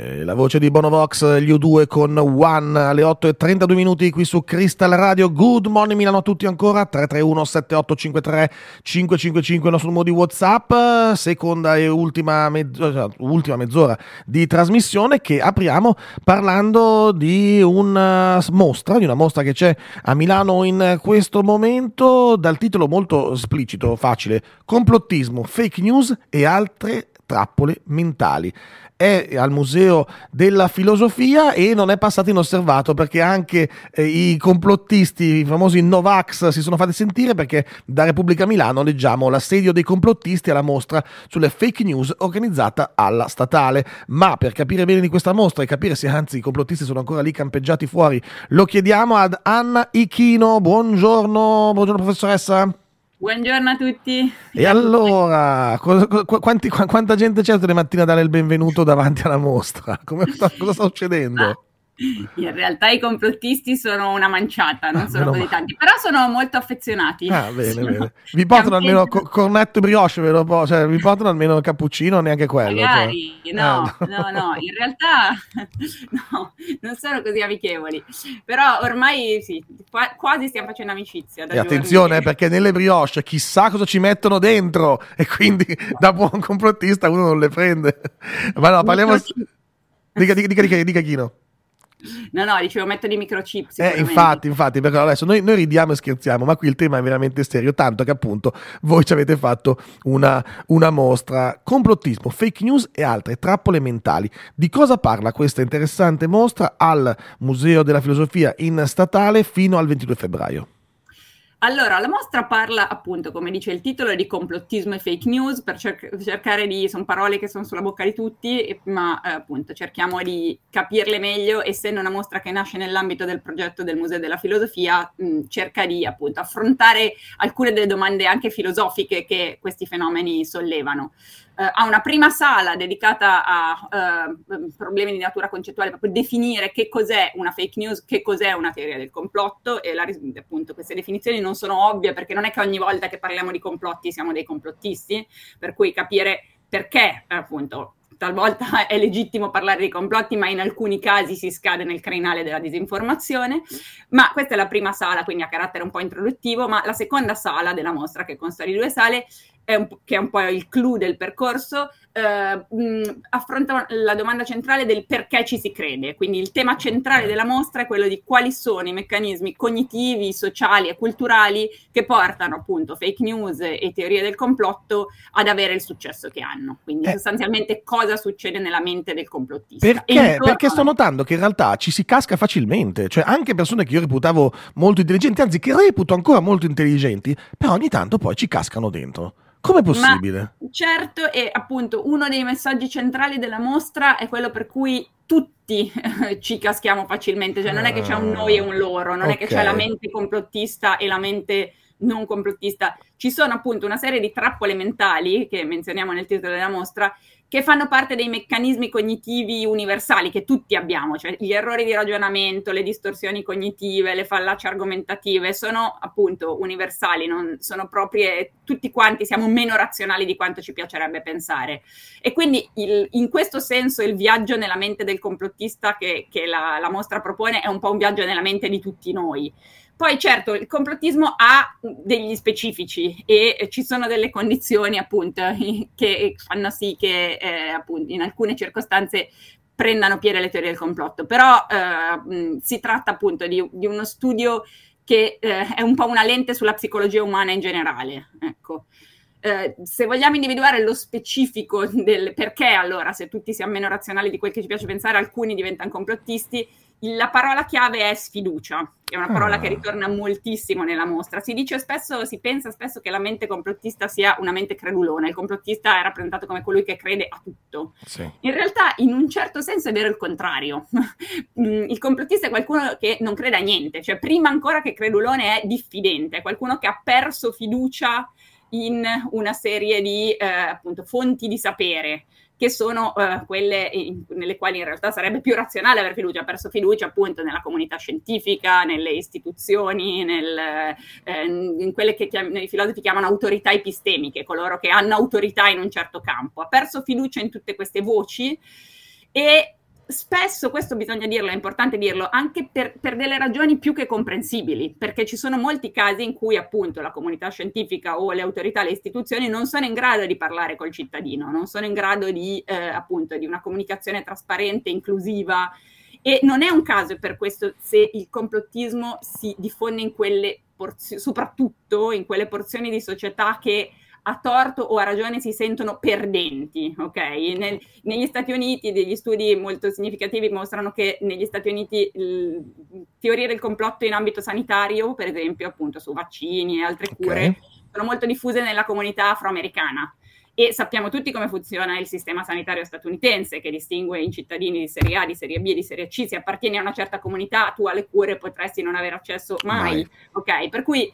La voce di Bonovox, gli U2 con One alle 8:32 minuti qui su Crystal Radio. Good morning Milano a tutti ancora. 331 7853 555 il nostro numero di WhatsApp. Seconda e ultima mezz'ora di trasmissione che apriamo parlando di una mostra che c'è a Milano in questo momento, dal titolo molto esplicito, facile: complottismo, fake news e altre trappole mentali. È al Museo della Filosofia e non è passato inosservato, perché anche i complottisti, i famosi Novax, si sono fatti sentire, perché da Repubblica Milano leggiamo l'assedio dei complottisti alla mostra sulle fake news organizzata alla Statale. Ma per capire bene di questa mostra e capire se anzi i complottisti sono ancora lì campeggiati fuori, lo chiediamo ad Anna Ichino. Buongiorno professoressa. Buongiorno a tutti. E allora, quanta gente c'è tutte le mattine a dare il benvenuto davanti alla mostra? Cosa sta succedendo? In realtà i complottisti sono una manciata, non sono così tanti, però sono molto affezionati. Bene. Vi portano almeno cornetto e brioche, cioè vi portano almeno il cappuccino, neanche quello. Magari, cioè. No, in realtà no, non sono così amichevoli, però ormai sì, quasi stiamo facendo amicizia. E attenzione, perché nelle brioche chissà cosa ci mettono dentro, e quindi da buon complottista uno non le prende. Ma no, parliamo... Dica Chino. No, dicevo metodi microchip. Infatti, perché adesso noi ridiamo e scherziamo, ma qui il tema è veramente serio, tanto che appunto voi ci avete fatto una mostra: complottismo, fake news e altre trappole mentali. Di cosa parla questa interessante mostra al Museo della Filosofia in Statale fino al 22 febbraio? Allora, la mostra parla, appunto, come dice il titolo, di complottismo e fake news, per cercare di... sono parole che sono sulla bocca di tutti, ma appunto cerchiamo di capirle meglio, essendo una mostra che nasce nell'ambito del progetto del Museo della Filosofia, cerca di appunto affrontare alcune delle domande anche filosofiche che questi fenomeni sollevano. Ha una prima sala dedicata a problemi di natura concettuale, proprio definire che cos'è una fake news, che cos'è una teoria del complotto, e appunto queste definizioni non sono ovvie, perché non è che ogni volta che parliamo di complotti siamo dei complottisti, per cui capire perché appunto talvolta è legittimo parlare di complotti, ma in alcuni casi si scade nel crinale della disinformazione. Ma questa è la prima sala, quindi a carattere un po' introduttivo. Ma la seconda sala della mostra, che consta di 2 sale, che è un po' il clou del percorso, affronta la domanda centrale del perché ci si crede. Quindi il tema centrale della mostra è quello di quali sono i meccanismi cognitivi, sociali e culturali che portano appunto fake news e teorie del complotto ad avere il successo che hanno. Quindi sostanzialmente cosa succede nella mente del complottista. Perché sto notando che in realtà ci si casca facilmente, cioè anche persone che io reputavo molto intelligenti, anzi che reputo ancora molto intelligenti, però ogni tanto poi ci cascano dentro. Com'è possibile? Ma certo, e appunto uno dei messaggi centrali della mostra è quello per cui tutti ci caschiamo facilmente, cioè non è che c'è un noi e un loro, non è che c'è la mente complottista e la mente non complottista. Ci sono appunto una serie di trappole mentali, che menzioniamo nel titolo della mostra, che fanno parte dei meccanismi cognitivi universali che tutti abbiamo, cioè gli errori di ragionamento, le distorsioni cognitive, le fallaci argomentative sono appunto universali, non sono proprie, tutti quanti siamo meno razionali di quanto ci piacerebbe pensare. E quindi in questo senso il viaggio nella mente del complottista che la mostra propone è un po' un viaggio nella mente di tutti noi. Poi certo il complottismo ha degli specifici e ci sono delle condizioni appunto che fanno sì che appunto in alcune circostanze prendano piede le teorie del complotto, però si tratta appunto di uno studio che è un po' una lente sulla psicologia umana in generale, ecco. Se vogliamo individuare lo specifico del perché, allora, se tutti siamo meno razionali di quel che ci piace pensare, alcuni diventano complottisti, la parola chiave è sfiducia, è una parola che ritorna moltissimo nella mostra. Si pensa spesso che la mente complottista sia una mente credulona, il complottista è rappresentato come colui che crede a tutto. Sì. In realtà, in un certo senso è vero il contrario. Il complottista è qualcuno che non crede a niente, cioè prima ancora che credulone è diffidente, è qualcuno che ha perso fiducia in una serie di appunto fonti di sapere, che sono quelle nelle quali in realtà sarebbe più razionale aver fiducia. Ha perso fiducia appunto nella comunità scientifica, nelle istituzioni, in quelle che i filosofi chiamano autorità epistemiche, coloro che hanno autorità in un certo campo. Ha perso fiducia in tutte queste voci e spesso, questo bisogna dirlo, è importante dirlo, anche per delle ragioni più che comprensibili, perché ci sono molti casi in cui appunto la comunità scientifica o le autorità, le istituzioni non sono in grado di parlare col cittadino, non sono in grado di appunto di una comunicazione trasparente, inclusiva, e non è un caso per questo se il complottismo si diffonde in quelle soprattutto in quelle porzioni di società che a torto o a ragione si sentono perdenti, ok? Negli Stati Uniti degli studi molto significativi mostrano che negli Stati Uniti teorie del complotto in ambito sanitario, per esempio appunto su vaccini e altre cure, sono molto diffuse nella comunità afroamericana. E sappiamo tutti come funziona il sistema sanitario statunitense, che distingue i cittadini di serie A, di serie B e di serie C. Se appartieni a una certa comunità, tu alle cure potresti non avere accesso mai. Ok? Per cui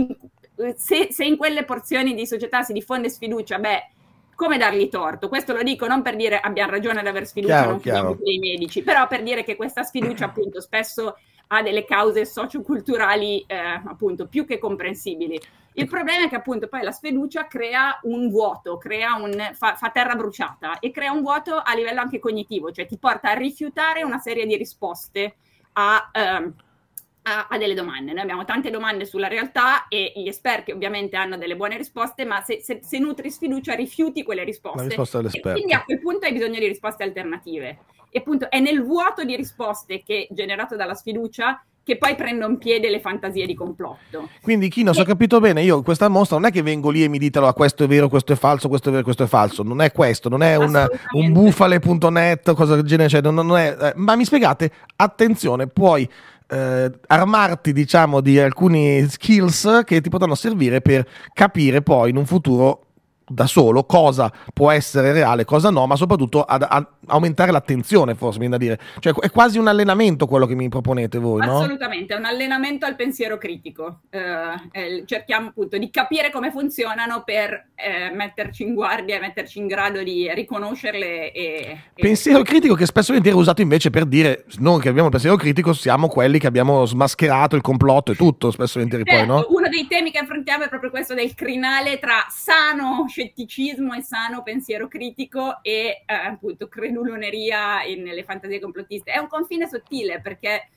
se in quelle porzioni di società si diffonde sfiducia, come dargli torto? Questo lo dico non per dire abbiamo ragione ad aver sfiducia, non fidiamo dei medici, però per dire che questa sfiducia appunto spesso ha delle cause socioculturali appunto più che comprensibili. Il problema è che appunto poi la sfiducia crea un vuoto, fa terra bruciata e crea un vuoto a livello anche cognitivo, cioè ti porta a rifiutare una serie di risposte a delle domande. Noi abbiamo tante domande sulla realtà e gli esperti ovviamente hanno delle buone risposte, ma se nutri sfiducia rifiuti quelle risposte. La risposta dell'esperto. E quindi a quel punto hai bisogno di risposte alternative. E appunto è nel vuoto di risposte generato dalla sfiducia che poi prendono piede le fantasie di complotto. Quindi Kino, se ho capito bene, io questa mostra non è che vengo lì e mi dite allora, questo è vero, questo è falso, questo è vero, questo è falso, non è questo, non è un bufale.net, cosa del genere, cioè non è, ma mi spiegate, attenzione, puoi armarti diciamo di alcuni skills che ti potranno servire per capire poi in un futuro da solo cosa può essere reale, cosa no, ma soprattutto ad aumentare l'attenzione, forse viene da dire, cioè è quasi un allenamento quello che mi proponete voi, no? Assolutamente, è un allenamento al pensiero critico, cerchiamo appunto di capire come funzionano per metterci in guardia e metterci in grado di riconoscerle pensiero critico che spesso viene usato invece per dire noi che abbiamo il pensiero critico siamo quelli che abbiamo smascherato il complotto e tutto, spesso poi, no? Uno dei temi che affrontiamo è proprio questo del crinale tra sano scetticismo e sano pensiero critico e appunto creduloneria nelle fantasie complottiste. È un confine sottile perché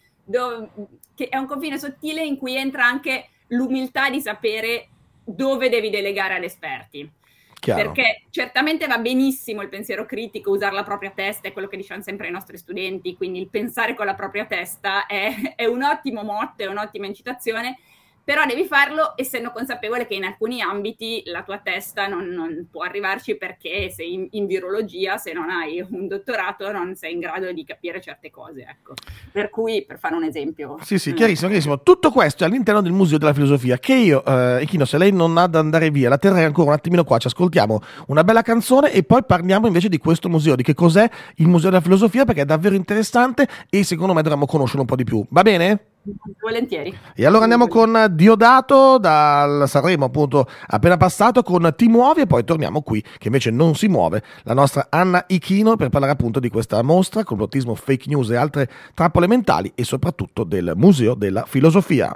è un confine sottile in cui entra anche l'umiltà di sapere dove devi delegare ad esperti. Chiaro. Perché certamente va benissimo il pensiero critico, usare la propria testa, è quello che diciamo sempre ai nostri studenti, quindi il pensare con la propria testa è un ottimo motto, è un'ottima incitazione, però devi farlo essendo consapevole che in alcuni ambiti la tua testa non può arrivarci perché sei in virologia, se non hai un dottorato non sei in grado di capire certe cose, ecco. Per cui, per fare un esempio. Sì, chiarissimo, chiarissimo. Tutto questo è all'interno del Museo della Filosofia che io, Kino, se lei non ha da andare via, la terrei ancora un attimino qua, ci ascoltiamo una bella canzone e poi parliamo invece di questo museo, di che cos'è il Museo della Filosofia, perché è davvero interessante e secondo me dovremmo conoscerlo un po' di più. Va bene? Volentieri. E allora andiamo con Diodato dal Sanremo appunto appena passato con Ti muovi e poi torniamo qui che invece non si muove la nostra Anna Ichino per parlare appunto di questa mostra complottismo, fake news e altre trappole mentali e soprattutto del Museo della Filosofia.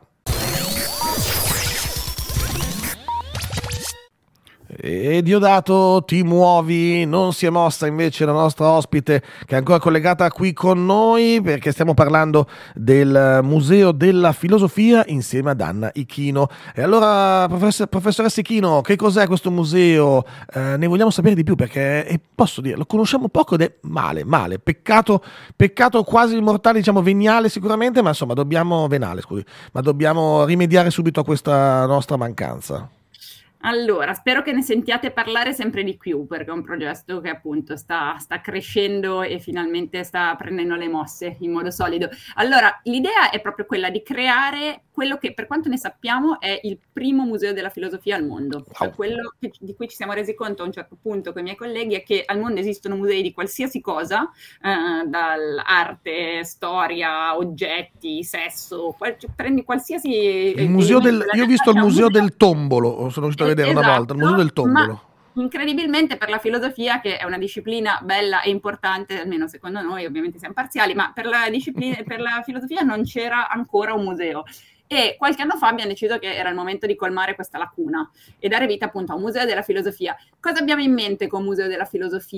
E Diodato, ti muovi, non si è mossa invece la nostra ospite che è ancora collegata qui con noi perché stiamo parlando del Museo della Filosofia insieme ad Anna Ichino. E allora professoressa Ichino, che cos'è questo museo? Ne vogliamo sapere di più perché posso dire, lo conosciamo poco ed è male, peccato quasi mortale, diciamo veniale sicuramente, ma insomma dobbiamo rimediare subito a questa nostra mancanza. Allora, spero che ne sentiate parlare sempre di più, perché è un progetto che appunto sta crescendo e finalmente sta prendendo le mosse in modo solido. Allora, l'idea è proprio quella di creare quello che, per quanto ne sappiamo, è il primo museo della filosofia al mondo. Cioè, quello di cui ci siamo resi conto a un certo punto con i miei colleghi è che al mondo esistono musei di qualsiasi cosa, dall'arte, storia, oggetti, sesso, prendi qualsiasi... Io ho visto il museo del tombolo, sono riuscito a vedere una volta, il museo del tombolo. Incredibilmente per la filosofia, che è una disciplina bella e importante, almeno secondo noi, ovviamente siamo parziali, ma per la filosofia non c'era ancora un museo. E qualche anno fa abbiamo deciso che era il momento di colmare questa lacuna e dare vita appunto a un museo della filosofia. Cosa abbiamo in mente con museo della filosofia?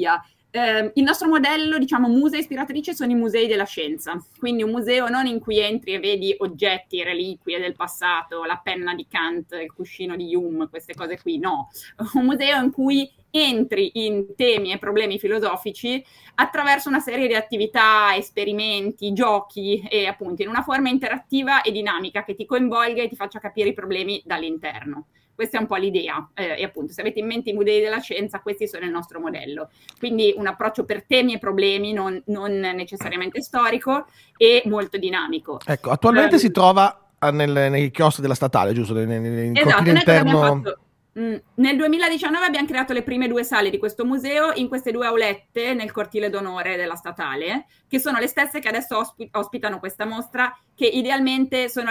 Il nostro modello, diciamo, musea ispiratrice sono i musei della scienza, quindi un museo non in cui entri e vedi oggetti, reliquie del passato, la penna di Kant, il cuscino di Hume, queste cose qui, no. Un museo in cui entri in temi e problemi filosofici attraverso una serie di attività, esperimenti, giochi e appunto in una forma interattiva e dinamica che ti coinvolga e ti faccia capire i problemi dall'interno. Questa è un po' l'idea e appunto se avete in mente i musei della scienza questi sono il nostro modello, quindi un approccio per temi e problemi non necessariamente storico e molto dinamico. Ecco, attualmente si trova nei chioschi della Statale, giusto? Nel esatto, cortile interno. Nel 2019 abbiamo creato le prime 2 sale di questo museo in queste 2 aulette nel cortile d'onore della Statale, che sono le stesse che adesso ospitano questa mostra, che idealmente sono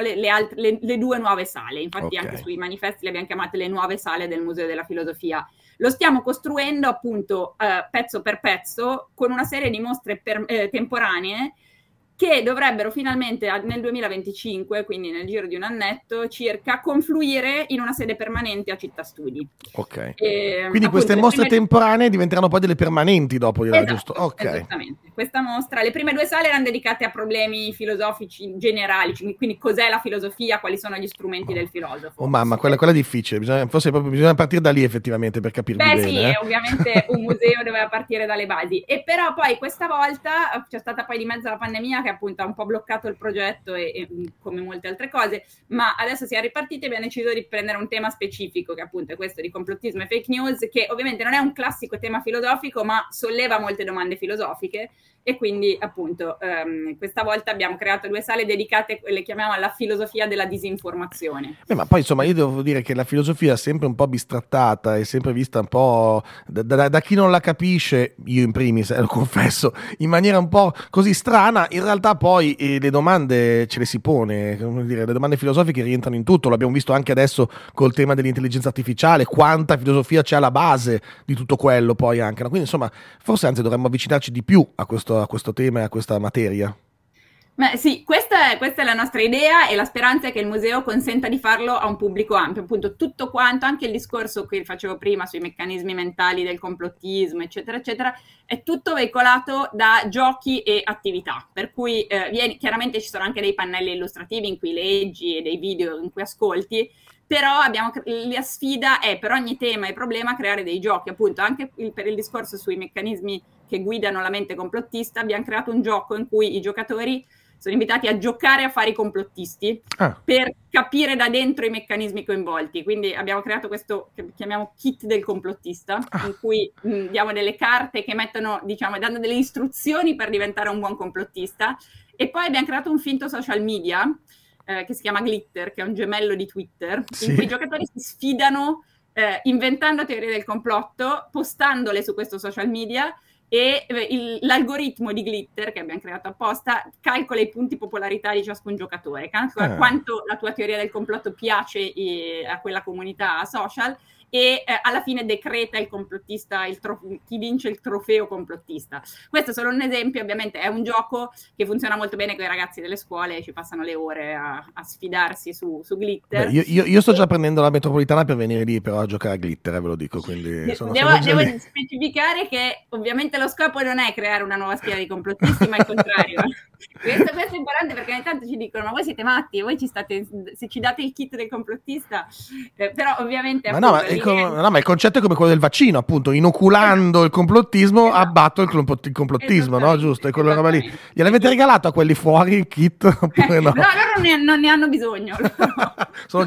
le 2 nuove sale. Infatti anche sui manifesti le abbiamo chiamate le nuove sale del Museo della Filosofia. Lo stiamo costruendo appunto pezzo per pezzo con una serie di mostre temporanee che dovrebbero finalmente nel 2025, quindi nel giro di un annetto circa, confluire in una sede permanente a Città Studi. Ok. Quindi queste mostre temporanee diventeranno poi delle permanenti dopo, esatto, giusto? Ok. Esattamente. Questa mostra, le prime 2 sale erano dedicate a problemi filosofici generali, quindi cos'è la filosofia, quali sono gli strumenti del filosofo. Oh mamma, quella è difficile, forse bisogna partire da lì effettivamente per capirli bene. Sì, ovviamente un museo doveva partire dalle basi, e però poi questa volta c'è stata poi di mezzo la pandemia che appunto ha un po' bloccato il progetto e come molte altre cose, ma adesso si è ripartiti e abbiamo deciso di prendere un tema specifico che appunto è questo di complottismo e fake news, che ovviamente non è un classico tema filosofico ma solleva molte domande filosofiche. E quindi appunto questa volta abbiamo creato 2 sale dedicate, le chiamiamo alla filosofia della disinformazione. Ma poi insomma io devo dire che la filosofia è sempre un po' bistrattata, è sempre vista un po' da chi non la capisce, io in primis, lo confesso, in maniera un po' così strana. In realtà poi le domande ce le si pone, come dire, le domande filosofiche rientrano in tutto, l'abbiamo visto anche adesso col tema dell'intelligenza artificiale, quanta filosofia c'è alla base di tutto quello poi anche, no? Quindi insomma forse anzi dovremmo avvicinarci di più a questo tema e a questa materia. Beh, sì, questa è la nostra idea e la speranza è che il museo consenta di farlo a un pubblico ampio, appunto tutto quanto, anche il discorso che facevo prima sui meccanismi mentali del complottismo, eccetera, eccetera, è tutto veicolato da giochi e attività, per cui chiaramente ci sono anche dei pannelli illustrativi in cui leggi e dei video in cui ascolti, però la sfida è per ogni tema e problema creare dei giochi, appunto anche per il discorso sui meccanismi che guidano la mente complottista abbiamo creato un gioco in cui i giocatori sono invitati a giocare a fare i complottisti per capire da dentro i meccanismi coinvolti. Quindi abbiamo creato questo che chiamiamo kit del complottista, in cui diamo delle carte che danno delle istruzioni per diventare un buon complottista, e poi abbiamo creato un finto social media che si chiama Glitter, che è un gemello di Twitter, in cui i giocatori si sfidano inventando teorie del complotto, postandole su questo social media, e l'algoritmo di Glitter che abbiamo creato apposta calcola i punti popolarità di ciascun giocatore, calcola quanto la tua teoria del complotto piace a quella comunità social, e alla fine decreta il complottista, chi vince il trofeo complottista. Questo è solo un esempio, ovviamente è un gioco che funziona molto bene con i ragazzi delle scuole, ci passano le ore a sfidarsi su Glitter. Beh, io sto già prendendo la metropolitana per venire lì però a giocare a Glitter, ve lo dico, quindi devo specificare che ovviamente lo scopo non è creare una nuova schiera di complottisti, ma il contrario. Questo è importante, perché ogni tanto ci dicono: ma voi siete matti, voi se ci date il kit del complottista, però ovviamente ma il concetto è come quello del vaccino, appunto, inoculando il complottismo abbatto il complottismo, no? Giusto, è quella roba lì. Gliel'avete regalato a quelli fuori il kit oppure no? No, loro non ne hanno bisogno. Sono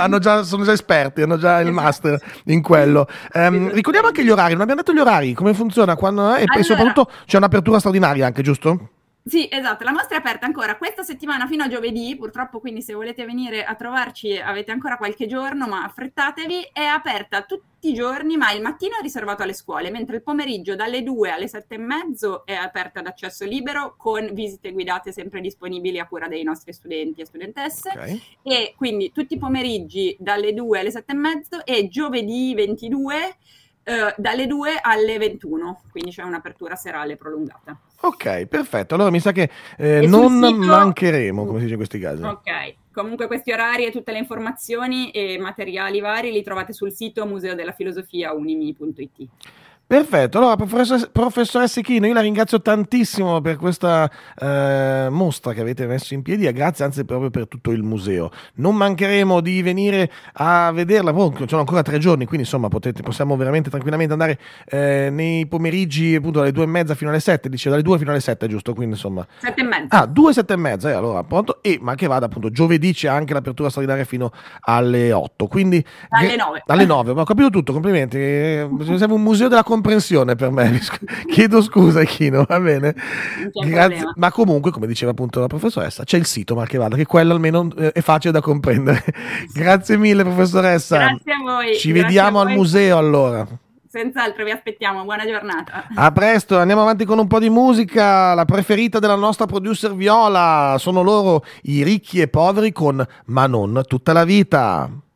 già esperti, hanno già il master in quello. Ricordiamo anche gli orari, non abbiamo detto gli orari, come funziona quando e soprattutto c'è un'apertura straordinaria anche, giusto? Sì, esatto, la mostra è aperta ancora questa settimana fino a giovedì, purtroppo, quindi se volete venire a trovarci avete ancora qualche giorno, ma affrettatevi. È aperta tutti i giorni, ma il mattino è riservato alle scuole, mentre il pomeriggio dalle 2 alle 7:30 è aperta ad accesso libero, con visite guidate sempre disponibili a cura dei nostri studenti e studentesse. E quindi tutti i pomeriggi dalle 2 alle 7:30 e giovedì 22 dalle 2 alle 21, quindi c'è un'apertura serale prolungata. Ok, perfetto, allora mi sa che non mancheremo, come si dice in questi casi. Ok, comunque questi orari e tutte le informazioni e materiali vari li trovate sul sito museodellafilosofia unimi.it. Perfetto, allora professoressa Chino, io la ringrazio tantissimo per questa mostra che avete messo in piedi e grazie anzi proprio per tutto il museo. Non mancheremo di venire a vederla, sono ancora 3 giorni, quindi insomma possiamo veramente tranquillamente andare nei pomeriggi appunto dalle 2:30 fino alle 7, dice dalle 2 fino alle 7, giusto? Quindi insomma 7:30. Ah, 2, 7:30, allora pronto, ma che vada appunto giovedì c'è anche l'apertura straordinaria fino alle 8, quindi alle 9. Alle 9, ma ho capito tutto, complimenti. Serve un museo della comprensione per me. Chiedo scusa, Chino, va bene? Grazie. Ma comunque, come diceva appunto la professoressa, c'è il sito Malchevada, che quello almeno è facile da comprendere. Grazie mille, professoressa. Grazie a voi. Ci vediamo al museo allora. Senz'altro, vi aspettiamo, buona giornata. A presto, andiamo avanti con un po' di musica, la preferita della nostra producer Viola, sono loro i Ricchi e Poveri con Ma non tutta la vita.